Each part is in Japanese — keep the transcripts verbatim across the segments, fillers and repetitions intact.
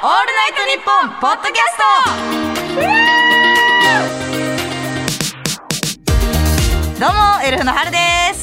ールナイトニッポンポッドキャスト。どうもエルフの春です。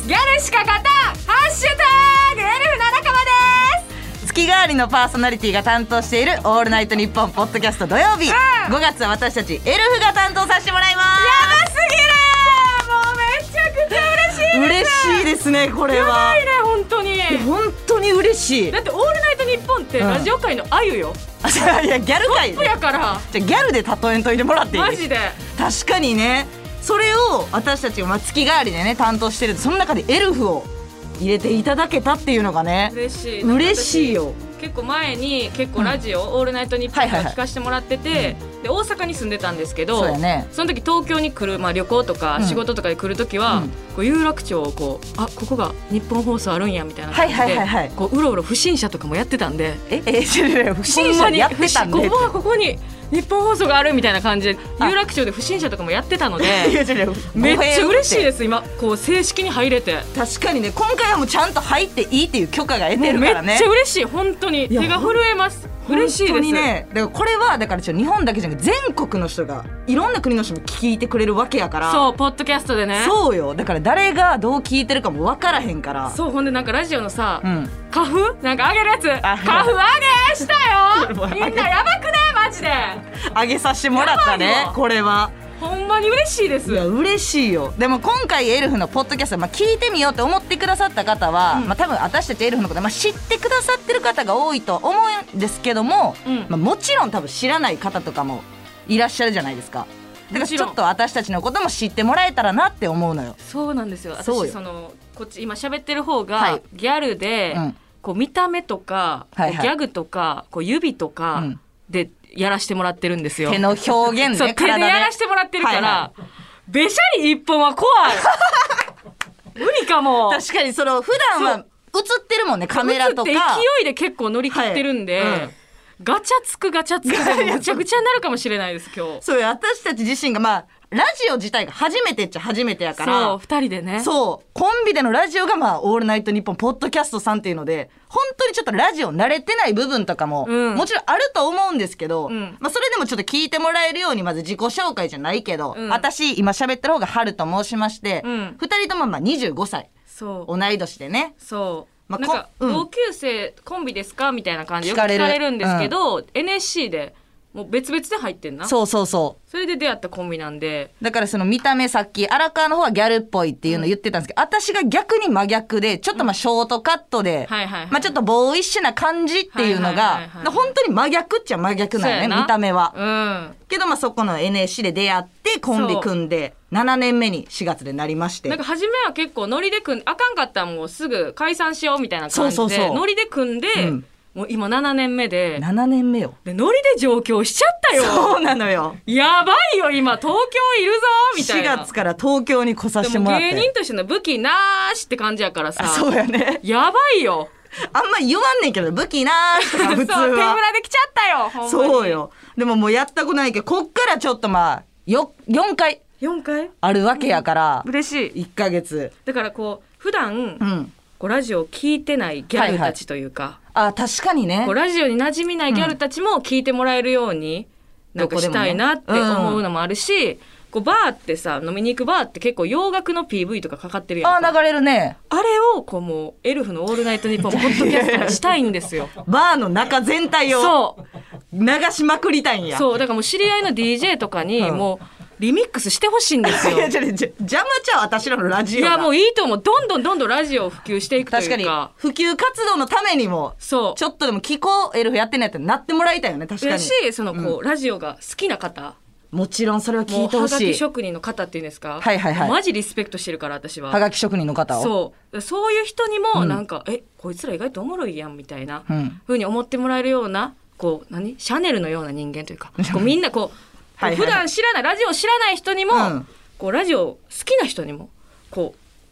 ギャルしか勝たんハッシュタグエルフの仲間です。 月替わりのパーソナリティが担当しているオールナイトニッポンポッドキャスト土曜日、うん、ごがつは私たちエルフが担当させてもらいます。 やばすぎる。もうめちゃくちゃ嬉しいです。 嬉しいですね。これはやばいね本当に。 本当に嬉しい。 だってオールナイトニッポンってラジオ界のあゆよ、 うん、いやギャル界トップやから。じゃあギャルで例えんといてもらっていい？ マジで確かにね。それを私たちがまあ月替わりでね担当してる。その中でエルフを入れていただけたっていうのがね嬉しい。 嬉しいよ。 結構前に結構ラジオ、うん、オールナイトニッポンを聞かせてもらってて、はいはいはい、で大阪に住んでたんですけど、 そうやね、 その時東京に来る、まあ、旅行とか仕事とかで来る時は、うん、こう有楽町をこうあここが日本放送あるんやみたいな感じで、はいはいはいはい、こううろうろ不審者とかもやってたんでええ不審者やってたんでここはここに日本放送があるみたいな感じで有楽町で不審者とかもやってたのでいやめっちゃ嬉しいです。今こう正式に入れて。 確かにね今回はもうちゃんと入っていいっていう許可が得てるからね。 めっちゃ嬉しい本当に。手が震えます。嬉しいです。 本当にね。だからこれはだからちょ日本だけじゃなくて全国の人がいろんな国の人も聞いてくれるわけやから。 そうポッドキャストでね。 そうよ。だから誰がどう聞いてるかも分からへんから。 そうほんでなんかラジオのさ、うん、カフなんかあげるやつカフあげしたよみんなやばくないマジであげさせてもらったね。これはほんまに嬉しいです。 いや嬉しいよ。でも今回エルフのポッドキャスト、まあ、聞いてみようって思ってくださった方は、うんまあ、多分私たちエルフのこと、まあ、知ってくださってる方が多いと思うんですけども、うんまあ、もちろん多分知らない方とかもいらっしゃるじゃないですか。だからちょっと私たちのことも知ってもらえたらなって思うのよ。 そうなんですよ。私そのこっち今喋ってる方がギャルで、はいうん、こう見た目とか、はいはい、ギャグとかこう指とかでやらしてもらってるんですよ。 手の表現ね。 そう手でやらしてもらってるから、はいはい、べしゃり一本は怖い無理かも。 確かにその普段は映ってるもんねカメラとか。映って勢いで結構乗り切ってるんで、はいうん、ガチャつくガチャつくでむちゃくちゃになるかもしれないです今日。 そうよ。私たち自身がまあラジオ自体が初めてっちゃ初めてやから。 そうふたりでね。 そうコンビでのラジオがまあオールナイトニッポンポッドキャストさんっていうので本当にちょっとラジオ慣れてない部分とかも、うん、もちろんあると思うんですけど、うんまあ、それでもちょっと聞いてもらえるようにまず自己紹介じゃないけど、うん、私今喋ってる方が春と申しまして、うん、ふたりともまあにじゅうごさいそう同い年でね。 そうまあ、なんか同級生、うん、コンビですかみたいな感じでよく聞かれるんですけど、うん、エヌエスシー でもう別々で入ってんな。そうそうそうそれで出会ったコンビなんで。 だからその見た目さっき荒川の方はギャルっぽいっていうのを言ってたんですけど、うん、私が逆に真逆でちょっとまあショートカットで、うんはいはいはい、まあちょっとボーイッシュな感じっていうのが本当に真逆っちゃ真逆なんよね見た目は、うん、けどまあそこの エヌエスシー で出会ってコンビ組んでななねんめにしがつでなりまして、 なんか初めは結構ノリで組んあかんかったらもうすぐ解散しようみたいな感じでそうそうそうノリで組んで、うんもう今ななねんめでななねんめよ。 でノリで上京しちゃったよ。 そうなのよ。 やばいよ今東京いるぞみたいな。 しがつから東京に来させてもらって。 でも芸人としての武器なーしって感じやからさ。 そうやね。 やばいよ。 あんま言わんねんけど武器なーしとか普通はそう手ぶらできちゃったよほんまに。 そうよ。でももうやったことないけどこっからちょっとまあ よ, よんかいよんかいあるわけやから、 うん、嬉しい。 いっかげつだからこう普段、うんこうラジオを聞いてないギャルたちというか、はいはい、あ確かにねこうラジオに馴染みないギャルたちも聞いてもらえるように、うん、なんかしたいなって思うのもあるし、ねうん、こうバーってさ飲みに行くバーって結構洋楽の ピーブイ とかかかってるやんか。 あ流れるね。 あれをこうもうエルフのオールナイトニッポンポッドキャストにしたいんですよバーの中全体をそう流しまくりたいんや。 そうだからもう知り合いの ディージェー とかにもう、うんリミックスしてほしいんですよ。 いや邪魔ちゃう私らのラジオが。 いやもういいと思う。どんどんどんどんラジオを普及していくというか。 確かに普及活動のためにもそうちょっとでも聞こうエルフやってんのやったらなってもらいたいよね。確かにしそのこう、うん、ラジオが好きな方もちろんそれは聞いてほしい。 もうはがき職人の方っていうんですか、 はいはいはい、 マジリスペクトしてるから私ははがき職人の方をそうそういう人にもなんか、うん、えこいつら意外とおもろいやんみたいな、うん、風に思ってもらえるようなこう何シャネルのような人間というかこうみんなこうはいはいはい、普段知らないラジオ知らない人にも、うん、こうラジオ好きな人にもこう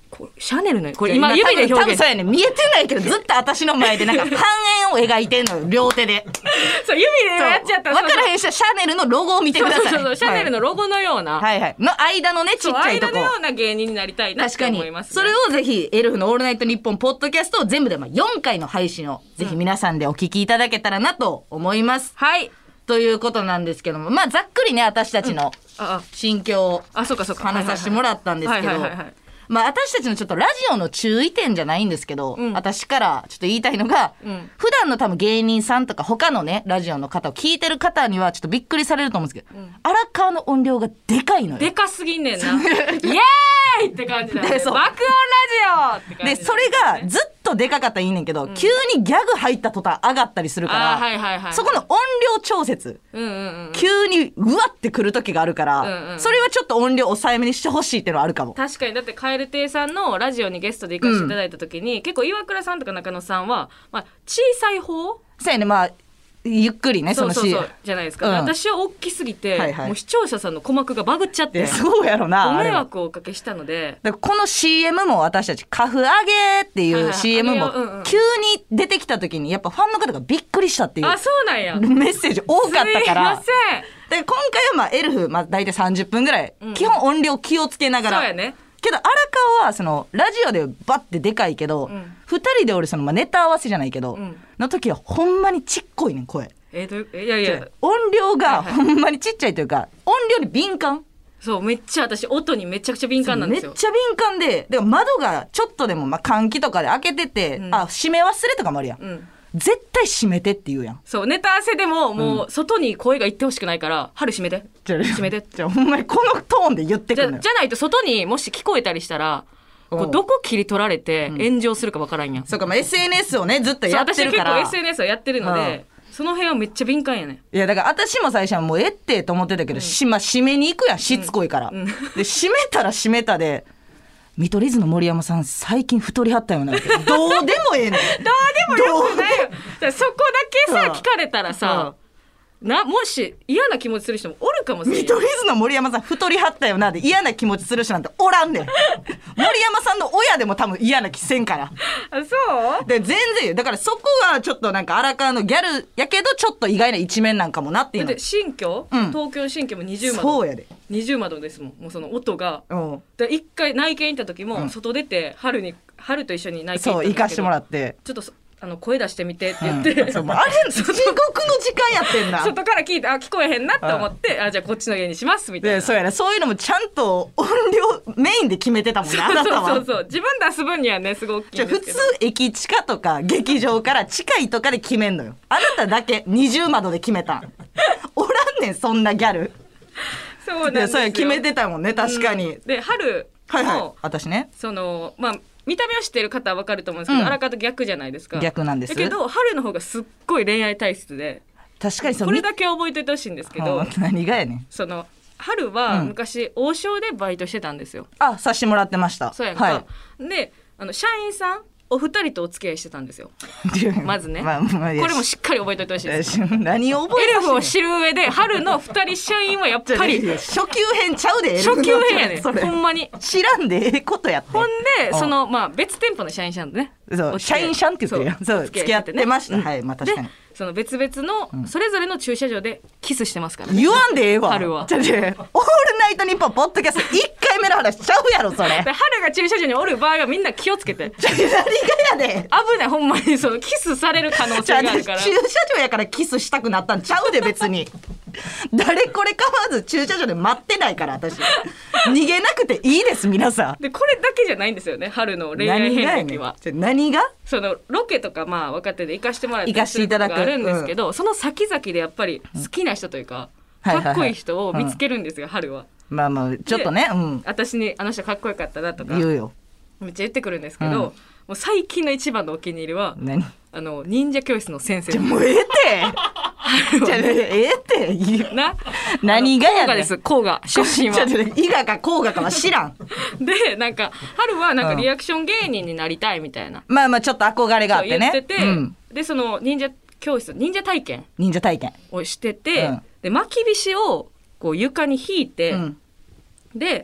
これシャネルのこれ今指で表現多分そうやね見えてないけどずっと私の前でなんか半円を描いてんのよ両手でそう指でやっちゃった分からへん人はシャネルのロゴを見てください。 そうそうそうシャネルのロゴのような、 はいはい、の間のねちっちゃいとこ間のような芸人になりたいなって思います、ね、 それをぜひエルフのオールナイトニッポンポッドキャストを全部でまあよんかいの配信をぜひ皆さんでお聞きいただけたらなと思います、 うん、はいということなんですけども、まあざっくりね私たちの心境を話させてもらったんですけど、まあ私たちのちょっとラジオの注意点じゃないんですけど、うん、私からちょっと言いたいのが、うん、普段の多分芸人さんとか他のねラジオの方を聞いてる方にはちょっとびっくりされると思うんですけど、うん、荒川の音量がでかいのよ。 でかすぎんねんなイエーイって感じだね。爆音ラジオって感じでそれがずっとでかかったらいいねんけど、うん、急にギャグ入った途端上がったりするから、はいはいはい、そこの音量調節、うんうんうん、急にうわってくる時があるから、うんうん、それはちょっと音量抑えめにしてほしいっていうのはあるかも。 確かにだって蛙亭さんのラジオにゲストで行かせていただいた時に、うん、結構岩倉さんとか中野さんは、まあ、小さい方そうやね、まあゆっくりねそのシーンそうそうそうじゃないですか、うん、私は大きすぎて、はいはい、もう視聴者さんの鼓膜がバグっちゃってそうやろなご迷惑をおかけしたのでだからこの シーエム も私たちカフ上げっていう シーエム も急に出てきた時にやっぱファンの方がびっくりしたっていうあそうなんやメッセージ多かったからすいませんで今回はまあエルフ、まあ、大体さんじゅっぷんぐらい、うん、基本音量気をつけながらそうやねけど荒川はそのラジオでバッてでかいけど、うん、ふたりで俺その、まあ、ネタ合わせじゃないけど、うん、の時はほんまにちっこいねん声えー、いやいや音量がほんまにちっちゃいというか、はいはい、音量に敏感そうめっちゃ私音にめちゃくちゃ敏感なんですよめっちゃ敏感でで窓がちょっとでもまあ換気とかで開けてて、うん、あ閉め忘れとかもあるやん、うん、絶対閉めてって言うやんそうネタ合わせでももう外に声が行ってほしくないから、うん、春閉めて閉めてじゃあほんまにこのトーンで言ってくるのよじゃないと外にもし聞こえたりしたらこうどこ切り取られて炎上するかわからんやん、うん、 そうか、まあ、エスエヌエス をねずっとやってるから私結構 エスエヌエス をやってるので、うんその辺はめっちゃ敏感やねいやだから私も最初はもうえってと思ってたけど、うんしまあ、締めに行くやんしつこいから、うんうん、で締めたら締めたで見取り図の森山さん最近太りはったよなどうでもええねんどうでもよくないよそこだけさ聞かれたらさ、うんなもし嫌な気持ちする人もおるかもしれない。 見取り図の森山さん太りはったよなで嫌な気持ちする人なんておらんねん森山さんの親でも多分嫌な気せんからあそうで全然だからそこがちょっとなんか荒川のギャルやけどちょっと意外な一面なんかもなっていうのだって新居、うん、東京の新居も二重窓そうやで二重窓ですもんもうその音がで一回内見行った時も外出て春に春と一緒に内見行ったんですけどそう行かしてもらってちょっとあの声出してみてって言って、うん、 そうあれ地獄の時間やってんな外から聞いてあ聞こえへんなと思ってあじゃあこっちの家にしますみたいなそうやねそういうのもちゃんと音量メインで決めてたもんねあなたはそうそうそう自分出す分にはねすごい大きいんですけど普通駅地下とか劇場から近いとかで決めんのよあなただけ二重窓で決めたんおらんねんそんなギャルそうなんですよそうや決めてたもんね確かに、 うん、で春はいはい私ねそのまあ見た目を知ってる方は分かると思うんですけど、うん、荒川と逆じゃないですか逆なんですだけど春の方がすっごい恋愛体質で確かにそうこれだけ覚えておいてほしいんですけど何がやねんその春は昔王将でバイトしてたんですよ、 うん、あさしてもらってましたそうやんか、はい、であの社員さんお二人とお付き合いしてたんですよまずね、まあまあ、これもしっかり覚えておいてほしいです何を覚えてエルフを知る上で春の二人社員はやっぱり初級編ちゃうで初級編やねほんまに知らんでええことやってほんでその、まあ、別店舗の社員さんとねそう社員さんって言ってるやんそう付き合ってました、うん、はいまあ確かにその別々のそれぞれの駐車場でキスしてますから、 ね、言わんでええわ春はオールナイトニッポンポッドキャストいっかいめの話しちゃうやろそれ春が駐車場におる場合はみんな気をつけて何がやで危ないほんまにそのキスされる可能性があるから駐車場やからキスしたくなったんちゃうで別に誰これ構わず駐車場で待ってないから私逃げなくていいです皆さんでこれだけじゃないんですよね春の恋愛遍歴は何がそのロケとかまあ若手で行かしてもらって行かしていただくあるんですけど、うん、その先々でやっぱり好きな人というか、うん、かっこいい人を見つけるんですよ、うん、春はまあまあちょっとね、うん、 私にあの人かっこよかったなとか言うよめっちゃ言ってくるんですけど、うん、もう最近の一番のお気に入りは何あの忍者教室の先生もうええてじゃええってな何がやねん甲賀です甲賀出身は伊賀か甲賀かは知らんでなんか春はなんかリアクション芸人になりたいみたいな、 うん、まあまあちょっと憧れがあってね言ってて、うん、でその忍者教室忍者体験忍者体験をしてて、うん、で巻き菱をこう床に引いて、うん、で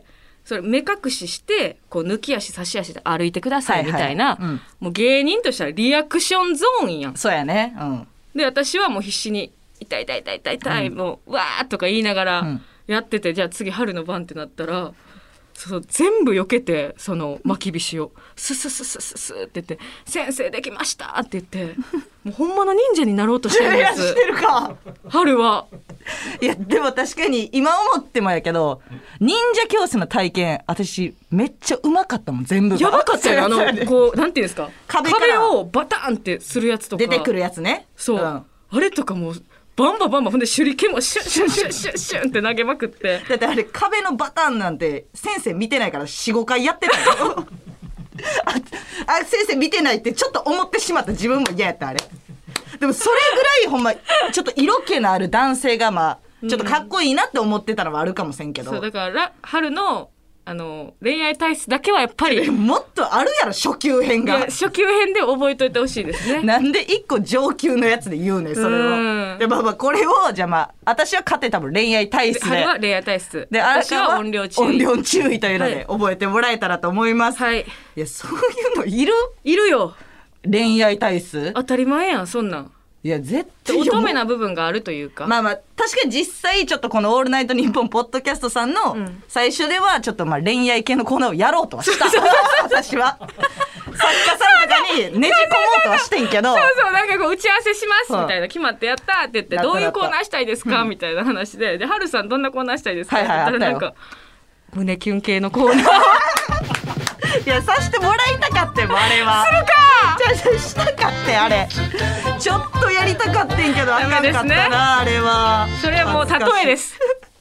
それ目隠ししてこう抜き足差し足で歩いてくださいみたいな、はいはいうん、もう芸人としてはリアクションゾーンやん。 そうやね、うん、で私はもう必死に痛い痛い痛い痛い痛い、うん、もうわーとか言いながらやってて、うん、じゃあ次春の番ってなったらそう全部避けてその巻き菱をススススススって言って先生できましたって言ってもうほんまの忍者になろうとしてるんです。 してるか春は。 いやでも確かに今思ってもやけど忍者教室の体験私めっちゃうまかったもん。全部やばかったよ。あのこうなんていうんですか 壁, 壁をバタンってするやつとか出てくるやつね。 そう、うん、あれとかもバンバンバンバンほんで手裏剣もシュンシュンシュンシュンシュンって投げまくってだってあれ壁のバタンなんて先生見てないから よん,ご 回やってたよあ, あ先生見てないってちょっと思ってしまった自分も嫌やったあれ。でもそれぐらいほんまちょっと色気のある男性がまあちょっとかっこいいなって思ってたのはあるかもしれんけど、 うん、そうだから春のあの恋愛体質だけはやっぱりもっとあるやろ初級編が。 初級編で覚えといてほしいですね。 なんで一個上級のやつで言うねそれを。でまあまあこれをじゃあまあ私は勝てた分恋愛体質で春は恋愛体質で私は音量注意音量注意というので覚えてもらえたらと思います、はい、いやそういうのいるいるよ恋愛体質。 当たり前やんそんなん。 いや絶対乙女な部分があるというかまあまあ確かに実際ちょっとこのオールナイトニッポンポッドキャストさんの最初ではちょっとまあ恋愛系のコーナーをやろうとはした私は作家さんとかにねじ込もうとはしてんけどそうそうなんかこう打ち合わせしますみたいな決まってやったって言ってどういうコーナーしたいですかみたいな話でで春さんどんなコーナーしたいですかって言ったらなんか胸キュン系のコーナーいやさしてもらいたかってもあれはするかじゃしたかってあれちょっとやりたかってんけどあかんかったな、ね、あれはそれはもう例えです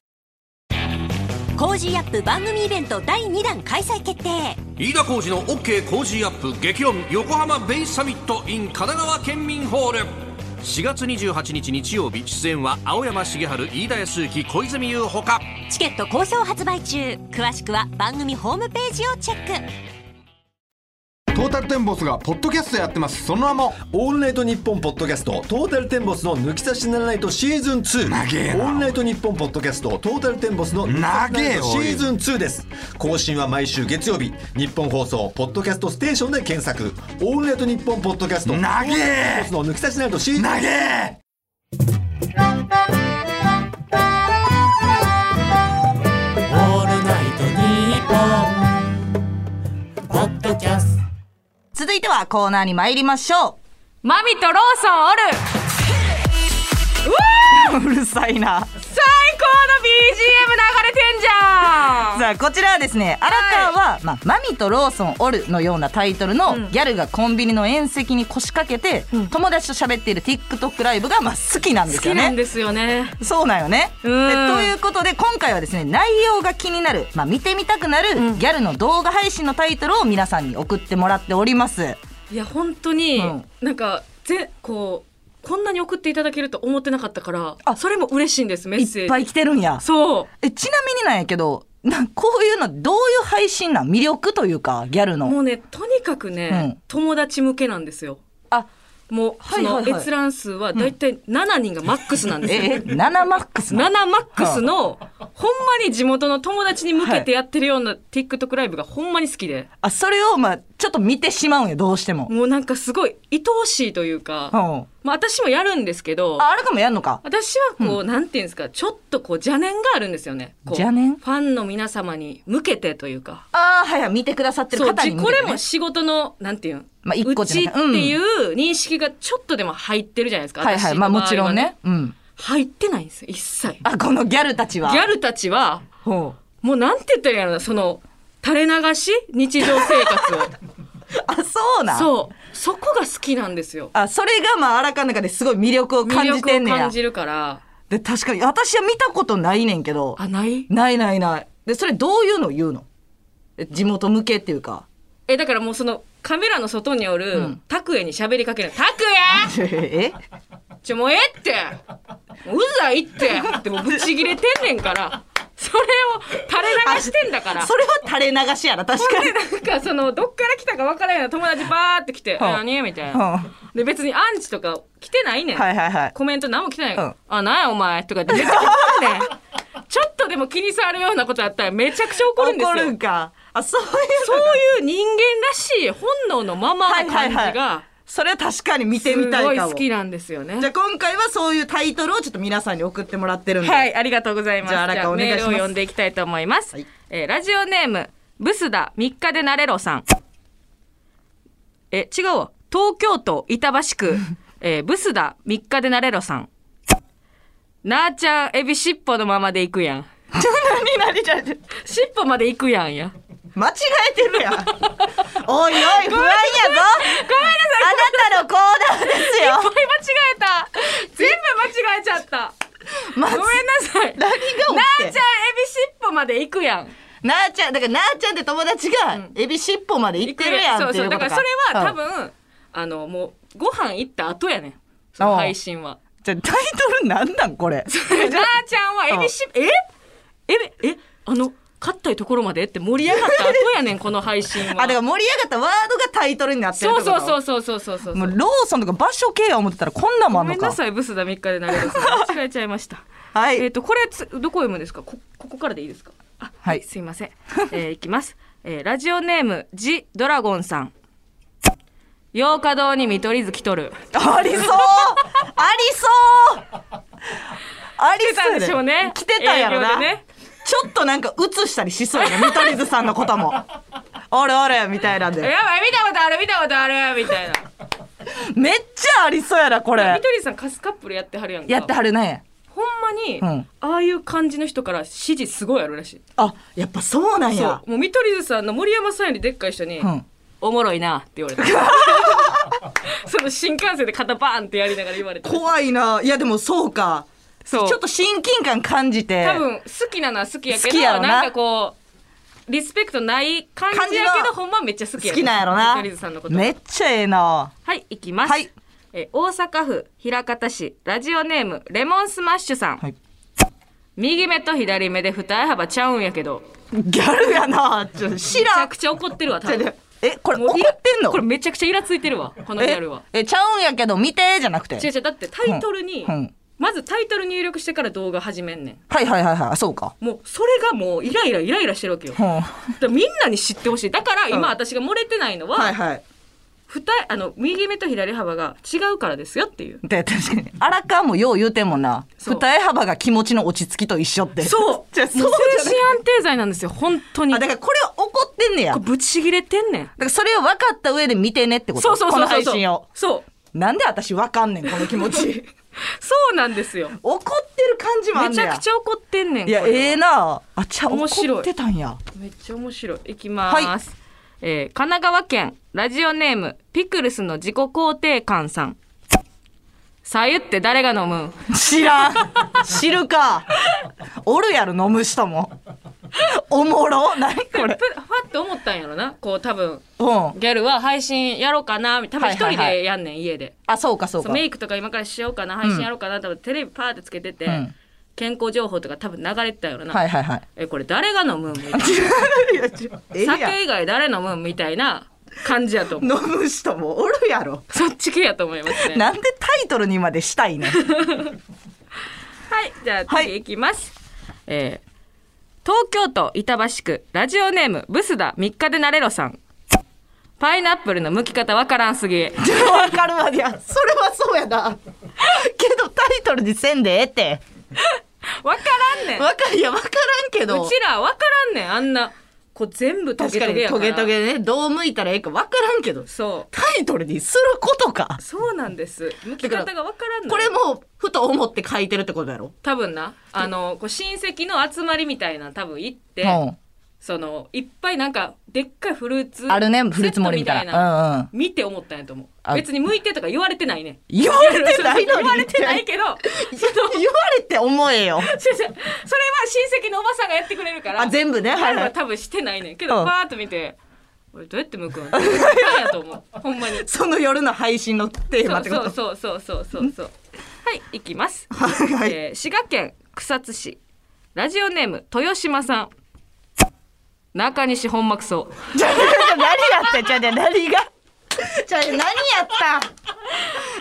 コージーアップ番組イベントだいにだん開催決定。 飯田浩司の OK コージーアップ激音横浜ベイサミット in 神奈川県民ホールしがつにじゅうはちにち日曜日出演は青山茂春飯田康之小泉優ほかチケット好評発売中。詳しくは番組ホームページをチェック。 トータルテンボスがポッドキャストやってます。その名もオールナイトニッポンポッドキャストトータルテンボスの抜き差しならないとシーズンツー。 長えな。 オールナイトニッポンポッドキャストトータルテンボスの長えシーズンツーです。更新は毎週月曜日日本放送ポッドキャストステーションで検索。オールナイトニッポンポッドキャスト長えの抜き差しならないとシーズン長えオールナイトニッポンポッドキャスト。 続いてはコーナーに参りましょう。マミとローソンおるうるさいな。 最高の ビージーエム 流れてんじゃん。 さあこちらはですね荒川は、はいまあ、マミとローソンおるのようなタイトルの、うん、ギャルがコンビニの縁石に腰掛けて、うん、友達と喋っている TikTok ライブが、まあ、好きなんですよね。 好きなんですよね。 そうなんよね。でということで今回はですね内容が気になる、まあ、見てみたくなる、うん、ギャルの動画配信のタイトルを皆さんに送ってもらっております。 いや本当に、うん、なんかぜこうこんなに送っていただけると思ってなかったからあそれも嬉しいんです。メッセージいっぱい来てるんや。 そうえちなみになんやけどなこういうのどういう配信なん魅力というかギャルのもうねとにかくね、うん、友達向けなんですよ。あもうその閲覧数はだいたいしちにんがマックスなんですよ、うん、 えななマックスななマックスのほんまに地元の友達に向けてやってるような TikTok ライブがほんまに好きであそれをまあちょっと見てしまうんよどうしても。 もうなんかすごい愛おしいというか、うんまあ、私もやるんですけどあ, あれかもやるのか。 私はこう、うん、なんていうんですかちょっとこう邪念があるんですよね。こう邪念ファンの皆様に向けてというかああはいはい見てくださってる方に向けて、ね、 これも仕事のなんていうんまあ、一個うちっていう認識がちょっとでも入ってるじゃないですか、 うん、はいはいまあもちろんね、うん、 入ってないんですよ一切。 あこのギャルたちはギャルたちはほうもうなんて言ったらいいのなその垂れ流し日常生活をあそうなんそうそこが好きなんですよ。 あそれがまあ荒川の中ですごい魅力を感じてんねや。 魅力を感じるからで確かに私は見たことないねんけど。 あないないないないでそれどういうの言うの地元向けっていうかえだからもうそのカメラの外におる拓也に喋りかける。拓也えちょもうええってうざいってでもブチギレてんねんからそれを垂れ流してんだからそれは垂れ流しやな確かに。 なんかそのどっから来たか分からんような友達バーって来て何みたいなで別にアンチとか来てないねん、 はいはいはい、 コメント何も来てない、うん、あなんやお前とかってめっちゃ来てんねんちちょっとでも気に障るようなことあったらめちゃくちゃ怒るんですよ。 怒るんか。あ、そういうそういう人間らしい本能のままな感じが、はいはいはい、 それは確かに見てみたいかも。 すごい好きなんですよね。 じゃあ今回はそういうタイトルをちょっと皆さんに送ってもらってるんで。 はい、ありがとうございます。 じゃあ荒川お願いします。 メールを読んでいきたいと思います。はい、えー、ラジオネームブスダみっかでなれろさん。え、違うわ。東京都板橋区、えー、ブスダみっかでなれろさん。なーちゃんエビ尻尾のままで行くやん。 何何じゃ尻尾まで行くやんや。 間違えてるやん。おいおい不安やぞ。ごめんなさい。あなたのコーナーですよ。いっぱい間違えた。全部間違えちゃった。ま、ごめんなさい。 何が起きて。なーちゃんエビ尻尾まで行くやん。 なーちゃんだからなーちゃんって友達がエビ尻尾まで行ってるやんっていうことか。 そうそうだからそれは多分、うん、あのもうご飯行った後やねん。その配信は。 じゃあタイトルなんなんこれ。なーちゃんはエビしえええあの硬いところまでって盛り上がった後やねんこの配信は。あ、 だから盛り上がったワードがタイトルになってるってこと。 そうそうそうそうそうそう。 もうローソンとか場所系や思ってたらこんなもんあんのか。 ごめんなさいブスだみっかでなれるさん間違えちゃいました。はい。えっ、ー、とこれつどこ読むんですか。 こ, ここからでいいですか。あ、はい、すいません。えー、いきます、えー。ラジオネームジドラゴンさん。洋華堂に見取り図来とる。 ありそうありそうありそうでしょうね。 来てたやろな、ね、ちょっとなんか映したりしそうやな見取り図さんのこともあれあれみたいなんで、 やばい見たことある見たことあるみたいなめっちゃありそうやなこれ。 見取り図さんカスカップルやってはるやんか。 やってはるね。 ほんまに、うん、ああいう感じの人から支持すごいあるらしい。 あ、やっぱそうなんや。 そうもう見取り図さんの森山さんよりでっかい人に、うん、おもろいなって言われたその新幹線で肩バーンってやりながら言われて。 怖いな。いやでもそうか。そうちょっと親近感感じて。 多分好きなのは好きやけどな、なんかこうリスペクトない感じやけどほんまめっちゃ好きや。 好きなんやろな。 見取り図さんのことめっちゃええな。 はい行きます。はい、え大阪府枚方市ラジオネームレモンスマッシュさん。はい、右目と左目で二重幅ちゃうんやけど。 ギャルやな。ちょ知らん。 めちゃくちゃ怒ってるわ多分。 えこれ怒ってんの。 これめちゃくちゃイラついてるわこのギャルは。 ええちゃうんやけど見てじゃなくて。 違う違うだってタイトルに、うんうん、まずタイトル入力してから動画始めんねん。 はいはいはいはいそうか。 もうそれがもうイライライライラしてるわけよ、うん、だからみんなに知ってほしい。だから今私が漏れてないのは、うんはいはい、二あの右目と左幅が違うからですよっていう。 で確かに荒川もよう言うてんもんな。二重幅が気持ちの落ち着きと一緒って。 そうじゃあそう精神安定剤なんですよ本当に。 あだからこれは怒ってんねや。 ぶち切れてんねん。だからそれを分かった上で見てねってこと。 そうそうそうそうこの配信を。 そうなんで私分かんねんこの気持ちそうなんですよ。 怒ってる感じもあんねや。 めちゃくちゃ怒ってんねん。 いやええー、なあちゃ怒ってたんや。 めっちゃ面白い。いきます、はいえー、神奈川県ラジオネームピクルスの自己肯定感さん。さゆって誰が飲む。 知らん知るかおるやろ飲む人もおもろ何これ。 ファッと思ったんやろな。こう多分、うん、ギャルは配信やろうかな多分一人でやんねん、はいはいはい、家で。 あそうかそうか。 そうメイクとか今からしようかな配信やろうかな、うん、多分テレビパーってつけてて、うん、健康情報とか多分流れてたよな、 はいはいはい、 えこれ誰が飲むみたいな酒以外誰飲むみたいな感じやと思う。 飲む人もおるやろ。 そっち系やと思いますね。 なんでタイトルにまでしたいねはいじゃあ次いきます、はいえー、東京都板橋区ラジオネームブスダみっかでなれろさん。パイナップルの剥き方わからんすぎ。わかるわ。いやそれはそうやなけどタイトルにせんでええってわからんねん。 わかいやわからんけどうちらわからんねん。あんなこう全部トゲトゲやから。 確かにトゲトゲねどう向いたらええかわからんけどそうタイトルにすることか。 そうなんです。剥き方がわからんの。 これもふと思って書いてるってことやろ多分な。あのこう親戚の集まりみたいな多分行って、うんそのいっぱいなんかでっかいフルーツあるねフルーツ盛りみたいな、うんうん、 見て思ったんやと思う。別に向いてとか言われてないね。 言われてないのに言われてないけど言われて思えよそれは親戚のおばさんがやってくれるからあ全部ねはいはい多分してないねんけど、うん、パーッと見て俺どうやって向くんって言ったんやと思うほんまにその夜の配信のテーマってこと。 そうそうそうそうそうそうはい行きます、はいえー、滋賀県草津市ラジオネーム豊島さん。中西本間クソ。何やってちゃうね何がちゃう何やった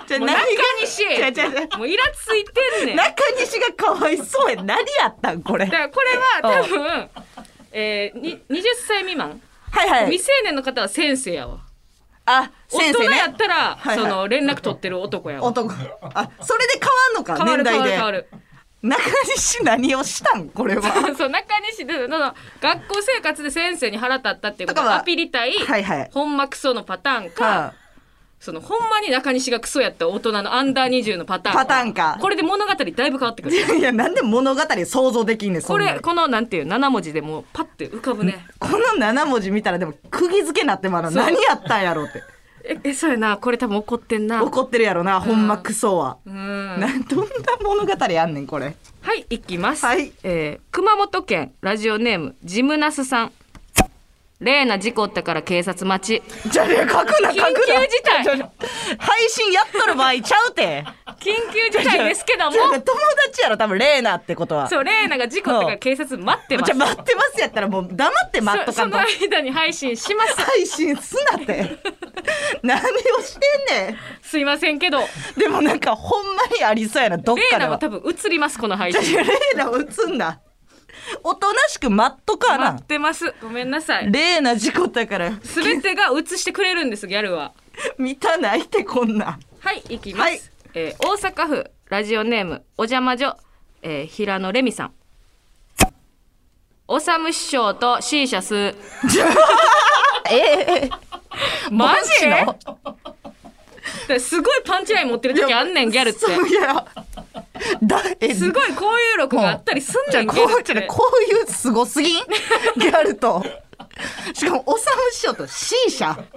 じゃもう中西違う違う違うもうイラついてんねん。 中西がかわいそうや。何やったんこれ。 だからこれは多分、えー、にはたち未満、 はいはい、 未成年の方は先生やわ。 あ、先生ね。 大人やったら、 はいはい、 その連絡取ってる男やわ。 男。あ、それで変わんのか。 変わる年代で変わる変わる。 中西何をしたんこれは。 そう中西での学校生活で先生に腹立ったっていうことはアピりたい、はいはい、ほんまクソのパターンか、はあ、そのほんまに中西がクソやった大人のアンダーにじゅうのパターンか。 パターンか。 これで物語だいぶ変わってくる。 いやなんで物語想像できんねん。 これこのなんていうなな文字でもうパッて浮かぶね。 このなな文字見たらでも釘付けなってまうの。何やったんやろって。 ええそうやな。これ多分怒ってんな。 怒ってるやろな、うん、ほんまクソは。 うん。 などんな物語やんねんこれ。 はいいきます。 はい、 えー、熊本県ラジオネームジムナスさん。例な事故ったから警察待ち。 じゃあ書くな書くな。緊急事態。 配信やっとる場合ちゃうて。 緊急事態ですけども。 友達やろ多分レーナってことは。 そうレーナが事故ったから警察待ってます。 じゃ待ってますやったらもう黙って待っとかんと。 そ, その間に配信します。 配信すなって何をしてんねん。 すいませんけど。 でもなんかほんまにありそうやなどっかでは。 レーナは多分映りますこの配信。 レーナは映んだ。おとなしく待っとかな。 待ってます。ごめんなさい。 レーナ事故ったから全てが映してくれるんですギャルは。 見たないってこんな。 はい行きます、はい、えー、大阪府ラジオネームお邪魔女、えー、平野レミさん。おさむ師匠と C 社吸う。 えー、 マジのすごいパンチライン持ってる時あんねんギャルって。 いやだえすごいこういう録があったりすんねんギャルって。 こういうすごすぎんギャルとしかもおさむ師匠と C 社こ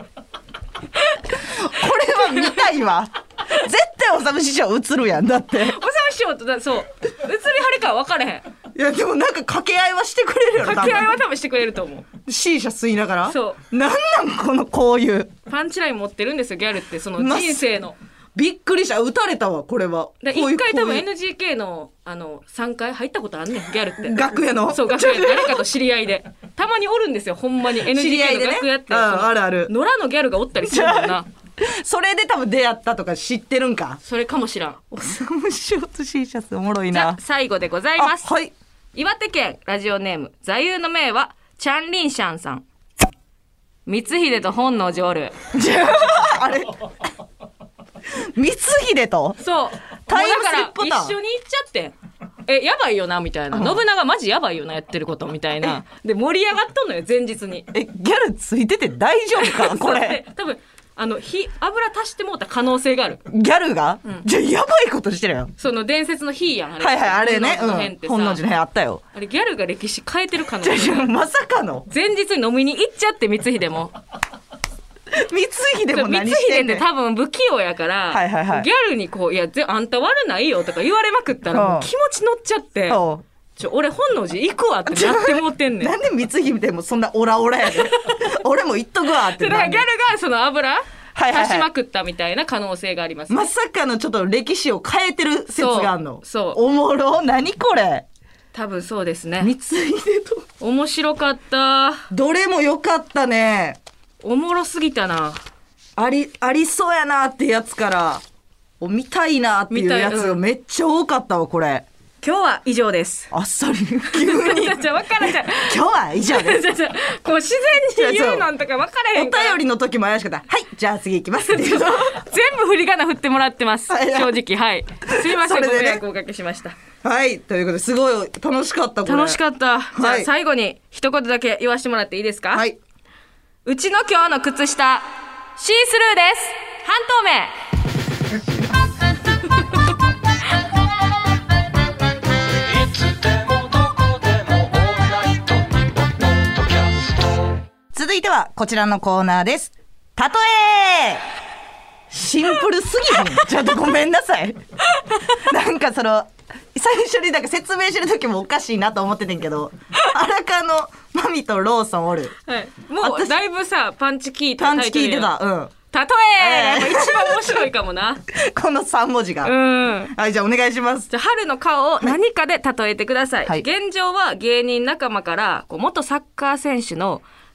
れは見たいわ。絶対おさむ師匠映るやんだって。おさむ師匠とだそう映りはるか分かれへん。 いやでもなんか掛け合いはしてくれるやろ。 掛け合いは多分してくれると思う。 C 社吸いながら。 そうなんなんこのこういうパンチライン持ってるんですよギャルって。その人生のびっくりした。撃たれたわこれは。 いっかい多分 エヌジーケー の, あのさんかい入ったことあんねんギャルって。 楽屋のそう楽屋誰かと知り合いでたまにおるんんですよほんまに エヌジーケー の楽屋って、ね、 あ, あるある野良のギャルがおったりするもんな。 それで多分出会ったとか知ってるんか。 それかもしらん。 おさむショート C シャツおもろいな。 じゃあ最後でございます。 はい。 岩手県ラジオネーム座右の銘はチャンリンシャンさん。光秀と本能寺おる。 あれ光秀とそうタイムスリップだから一緒に行っちゃってえやばいよなみたいな、信長マジやばいよなやってることみたいなで盛り上がっとんのよ前日に。 えギャルついてて大丈夫かこれ。 多分あの火油足してもうた可能性がある。 ギャルが、うん、じゃあやばいことしてるよ。 その伝説の火やんあれ。 はいはいあれね。 本能寺の変ってさ、 うん、本能寺の変あったよ。 あれギャルが歴史変えてる可能性がある。 まさかの前日に飲みに行っちゃって光秀も光秀も何してんねん。 光秀って多分不器用やから、はいはいはい、ギャルにこういやあんた悪ないよとか言われまくったらもう気持ち乗っちゃって、ちょ俺本能寺行くわってなってもってんねん。 なんで光秀もそんなオラオラやで俺も行っとくわって。 だからギャルがその油足しまくったみたいな可能性があります、ね、 まさかのちょっと歴史を変えてる説があるの。 そうおもろ何これ。 多分そうですね。 光秀と面白かった。 どれも良かったね。 おもろすぎたな。 ありありそうやなってやつから見たいなっていうやつがめっちゃ多かったわこれ。 今日は以上です。 あっさり急にじゃ分からんじゃ今日は以上です。 こう自然に言うなんとか分からへんから。 お便りの時も怪しかった。はいじゃあ次行きますって全部振り仮名振ってもらってます正直。はいすいません、ね、ご迷惑おかけしました。 はいということですごい楽しかったこれ。 楽しかった。じゃあ最後に一言だけ言わせてもらっていいですか。はい。うちの今日の靴下シースルーです。半透明。 続いてはこちらのコーナーです。たとえシンプルすぎるちょっとごめんなさいなんかその最初になんか説明してる時もおかしいなと思っててんけど荒川のマミとローソンおる、 はい、もうだいぶさパンチ効いたパンチ効いてた。うんたとえ、えー、一番面白いかもなこのさん文字が。うんはいじゃあお願いします。 じゃあ春の顔を何かで例えてください、はい、現状は芸人仲間からこう元サッカー選手の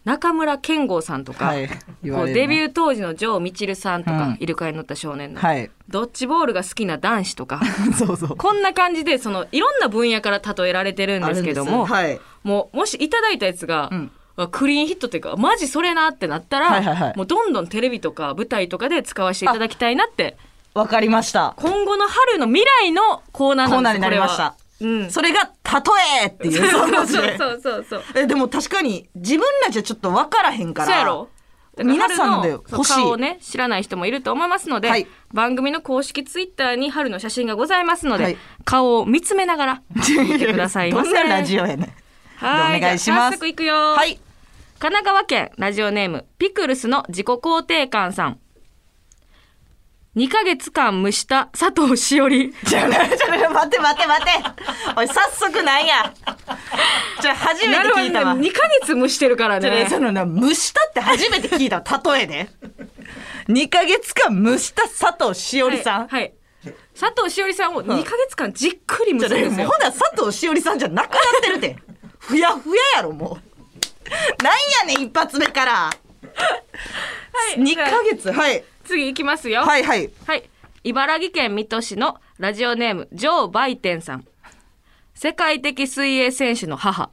中村健吾さんとか、 はい、 こうデビュー当時の城みちるさんとか、うん、イルカに乗った少年の、はい、ドッジボールが好きな男子とかそうそうこんな感じでそのいろんな分野から例えられてるんですけども、はい、もうもしいただいたやつが、うんクリーンヒットっていうかマジそれなってなったら、はいはいはい、もうどんどんテレビとか舞台とかで使わせていただきたいなってわかりました。 今後の春の未来のコーナーなんです。コーナーになりました。 うん、それが例えっていうそうそうそうそうえでも確かに自分らじゃちょっと分からへんから。そうやろ。皆さんで欲しい顔をね知らない人もいると思いますので、はい、番組の公式ツイッターに春の写真がございますので、はい、顔を見つめながら見てくださいませ。 どんなラジオやね。はいお願いします。 早速いくよ。はい。神奈川県ラジオネームピクルスの自己肯定感さん。にかげつかん蒸した佐藤しおり。 ちょちょ待って待って待っておい早速なんやじゃ初めて聞いたわ、 ね、にかげつ蒸してるからね。 そのな蒸したって初めて聞いた例えでにかげつかん蒸した佐藤しおりさん、はい、はい、 佐藤しおりさんをにかげつかんじっくり蒸すんですよ。 ほな佐藤しおりさんじゃなくなってるでふやふややろもうなんやねん一発目から、はい、にかげつはい次いきますよ。 はいはい、 はい、茨城県水戸市のラジオネームジョー・バイテンさん。世界的水泳選手の母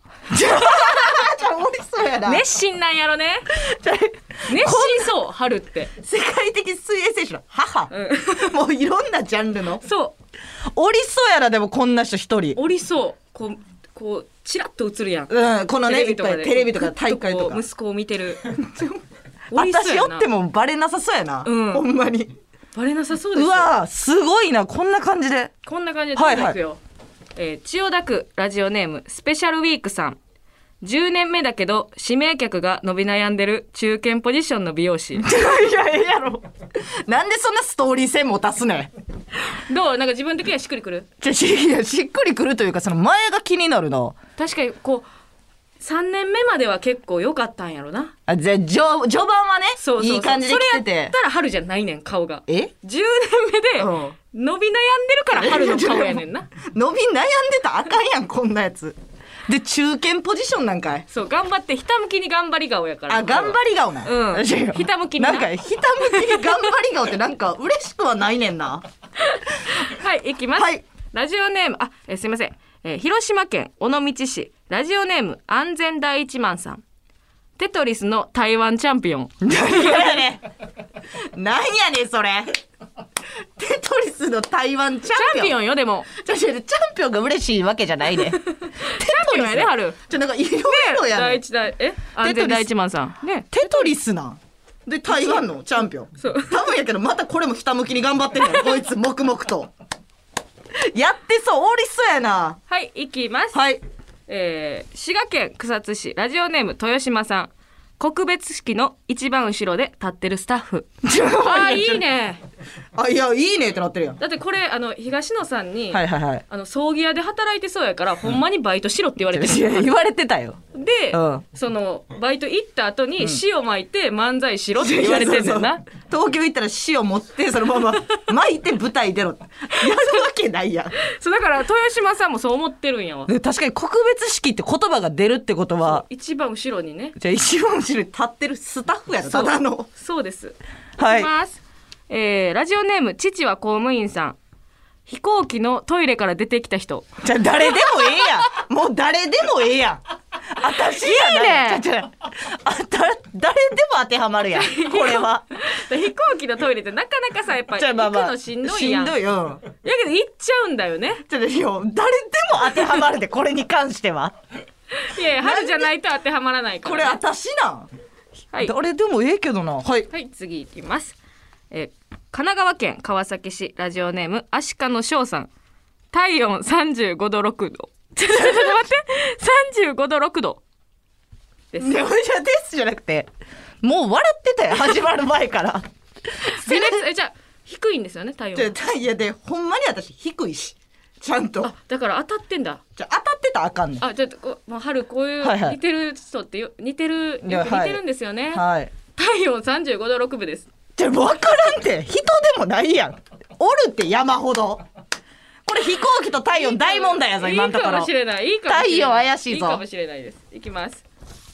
熱心なんやろね熱心そう春って世界的水泳選手の母、うん、もういろんなジャンルのそうおりそうやな。でもこんな人一人おりそうこうこうチラッと映るやん、 うん、このねテレビとかでテレビとか大会とか息子を見てる私おってもバレなさそうやな、うん、ほんまにバレなさそうですよ。 うわすごいなこんな感じでこんな感じでどんどんいくよ、はいはい、えー、千代田区ラジオネームスペシャルウィークさん。じゅうねんめだけど指名客が伸び悩んでる中堅ポジションの美容師いやええやろなんでそんなストーリー性持たすねんどうなんか自分的にはしっくりくる。 じゃしいやしっくりくるというかその前が気になるな。 確かにこうさんねんめまでは結構良かったんやろな。 あじゃあ序盤はねそうそうそういい感じで来ててそれやったら春じゃないねん顔が。 えじゅうねんめで伸び悩んでるから春の顔やねんな伸び悩んでたらあかんやんこんなやつで中堅ポジションなんかい。 そう頑張ってひたむきに頑張り顔やから。 あ頑張り顔な、 うん、ひたむきにななんかひたむきに頑張り顔ってなんか嬉しくはないねんなはいいきます、はい、ラジオネームあえすいません、えー、広島県尾道市ラジオネーム安全第一マンさん。テトリスの台湾チャンピオン。 なんやねんなんやねんそれテトリスの台湾チャンピオン。 チャンピオンよでもチャンピオンが嬉しいわけじゃないねテトリスやで春じゃなんかいろいろやね第一大え安全第一マンさんねテトリスなんで台湾のチャンピオンそう多分やけどまたこれもひたむきに頑張ってるやんこいつ黙々とやってそうおりそうやな。 はい行きます。 はい、 えー、滋賀県草津市ラジオネーム豊島さん。告別式の一番後ろで立ってるスタッフあいいねあいやいいねってなってるやん。 だってこれあの東野さんに、 はいはいはい、 あの葬儀屋で働いてそうやから、うん、ほんまにバイトしろって言われてる言われてたよ。 で、うん、そのバイト行った後に塩巻いて漫才しろって言われてんねんな、うん、 東京行ったら塩持ってそのまま巻いて舞台出ろってやるわけないやんそうだから豊島さんもそう思ってるんやわ。 確かに告別式って言葉が出るってことは一番後ろにねじゃあ一番後ろに立ってるスタッフやろただの。 そうです。 はい。 いきます、えー、ラジオネーム父は公務員さん。飛行機のトイレから出てきた人。 じゃあ誰でもええやんもう誰でもええやん私やないいねじゃああた誰でも当てはまるやんこれは飛行機のトイレってなかなかさやっぱ行くのしんどいやん。 しんどいよ。 やけど行っちゃうんだよね。 ちょっとよ誰でも当てはまるでこれに関してはいやいや春じゃないと当てはまらないから、ね、 これ私なん、 はい、 誰でもええけどな。はい、 はい、次いきます、えー、神奈川県川崎市ラジオネームアシカの翔さん。体温さんじゅうごどろくどちょっと待ってさんじゅうごどろくどです。 でもじゃですじゃなくてもう笑ってたよ始まる前からえじゃあ低いんですよね体温。 いやでほんまに私低いしちゃんと。 あだから当たってんだ。 じゃあ当たってたらあかんねん。 あじゃあもう春こういう似てる人ってよ、はいはい、似てるよく似てるんですよね。 はい、 体温さんじゅうごどろくぶです。 じゃあ分からんって人でもないやんおるって山ほど。これ飛行機と体温大問題やぞ今のところ。 いいかもしれない。いいかもしれない。 太陽怪しいぞ。 いいかもしれないです。いきます。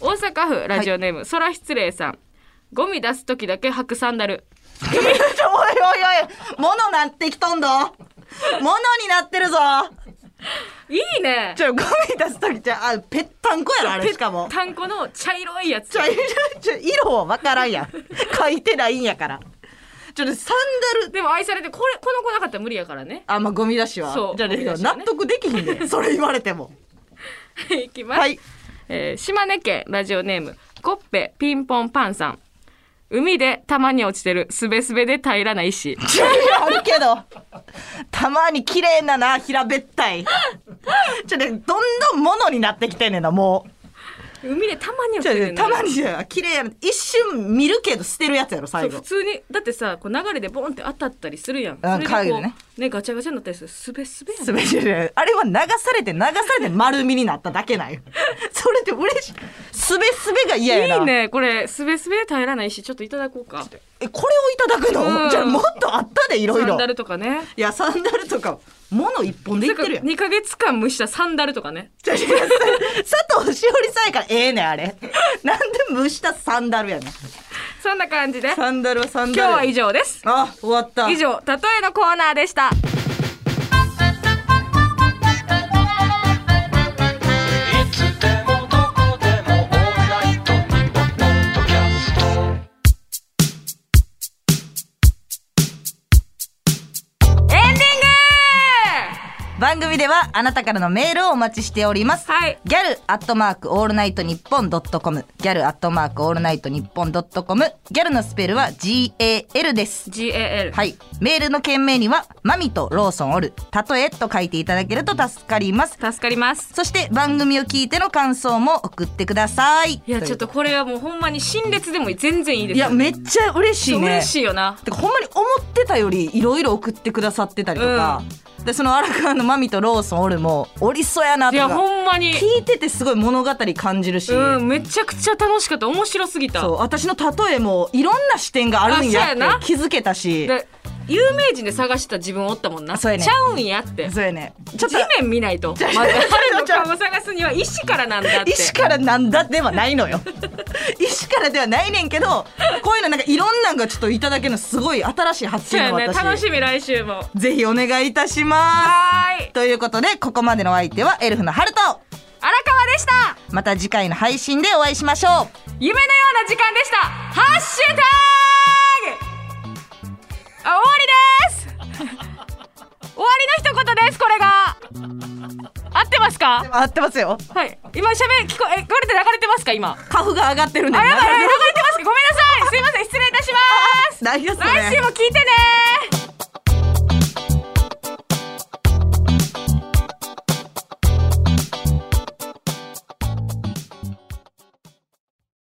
大阪府ラジオネーム、はい、空失礼さん。ゴミ出す時だけ履くサンダル。 おいおいおい、物なってきとんど。物になってるぞ。 いいね。 ちょゴミ出す時じゃあぺったんこやろあれ。しかもぺったんこの茶色いやつ。 茶色い色は分からんやん。書いてないんやから。ちょっとサンダルでも愛されて、これこの子なかったら無理やからね。 あ、まあゴミ出しはそうじゃあ、ね、納得できひんねそれ言われても。 いきます、はい。えー、島根県ラジオネームコッペピンポンパンさん。海でたまに落ちてるすべすべで平らな石。 あるけどたまに綺麗なな平べったい。ちょっとどんどん物になってきてんねんな。もう海でたまに落ちてるね。 たまにじゃ綺麗やな。一瞬見るけど捨てるやつやろ最後。 普通にだってさ、こう流れでボンって当たったりするやん。それでこうね、ねガチャガチャになったりする。すべすべやん。 すべすべ。あれは流されて流されて丸みになっただけなんよ。それで嬉しい。すべすべが嫌やな。 いいねこれ。すべすべで平らない石ちょっといただこうか。 えこれをいただくの？じゃあもっとあったでいろいろ。 サンダルとかね。 いやサンダルとか物一本でいってるやん。 にかげつかん蒸したサンダルとかね。 佐藤しおりさんやからええねんあれ。なんで蒸したサンダルやねん。 そんな感じでサンダルはサンダル。 今日は以上です。 あ、終わった。 以上例えのコーナーでした。 番組ではあなたからのメールをお待ちしております、 はい、 ギャルアットマークオールナイトニッポンドットコム、ギャルアットマークオールナイトニッポンドットコム、ギャルのスペルは ジーエーエル です。 ジーエーエル、 はい。メールの件名にはマミとローソンおる例えと書いていただけると助かります。 助かります。 そして番組を聞いての感想も送ってください。 いやちょっとこれはもうほんまに陳列でも全然いいですよ。 いやめっちゃ嬉しいね。 嬉しいよな。 てかほんまに思ってたよりいろいろ送ってくださってたりとか、うん、でその荒川のマミとローソンおるもおりそうやなとか、いやほんまに聞いててすごい物語感じるし、 うん、めちゃくちゃ楽しかった。面白すぎた。 そう私の例えもいろんな視点があるんやって気づけたし、 で有名人で探した自分おったもんな。 そうやね。 ちゃうんやって。 そうやね。 ちょっと地面見ないと。まず春の顔を探すには石からなんだって。 石からなんだではないのよ。石からではないねんけど、こういうのなんかいろんなんがちょっといただけるのすごい新しい発見の私。 そうやね。楽しみ来週も。 ぜひお願いいたします。 はい。 ということでここまでのお相手はエルフの春と荒川でした。 また次回の配信でお会いしましょう。 夢のような時間でした。ハッシュタグ。あ、終わりです終わりの一言です。これが合ってますか？ 合ってますよ。 はい。今喋り聞こえ、これで流れてますか？今カフが上がってるんで。 あ、やばい、流れてますか？ごめんなさい。すいません、失礼いたします。 来週も聞いてね。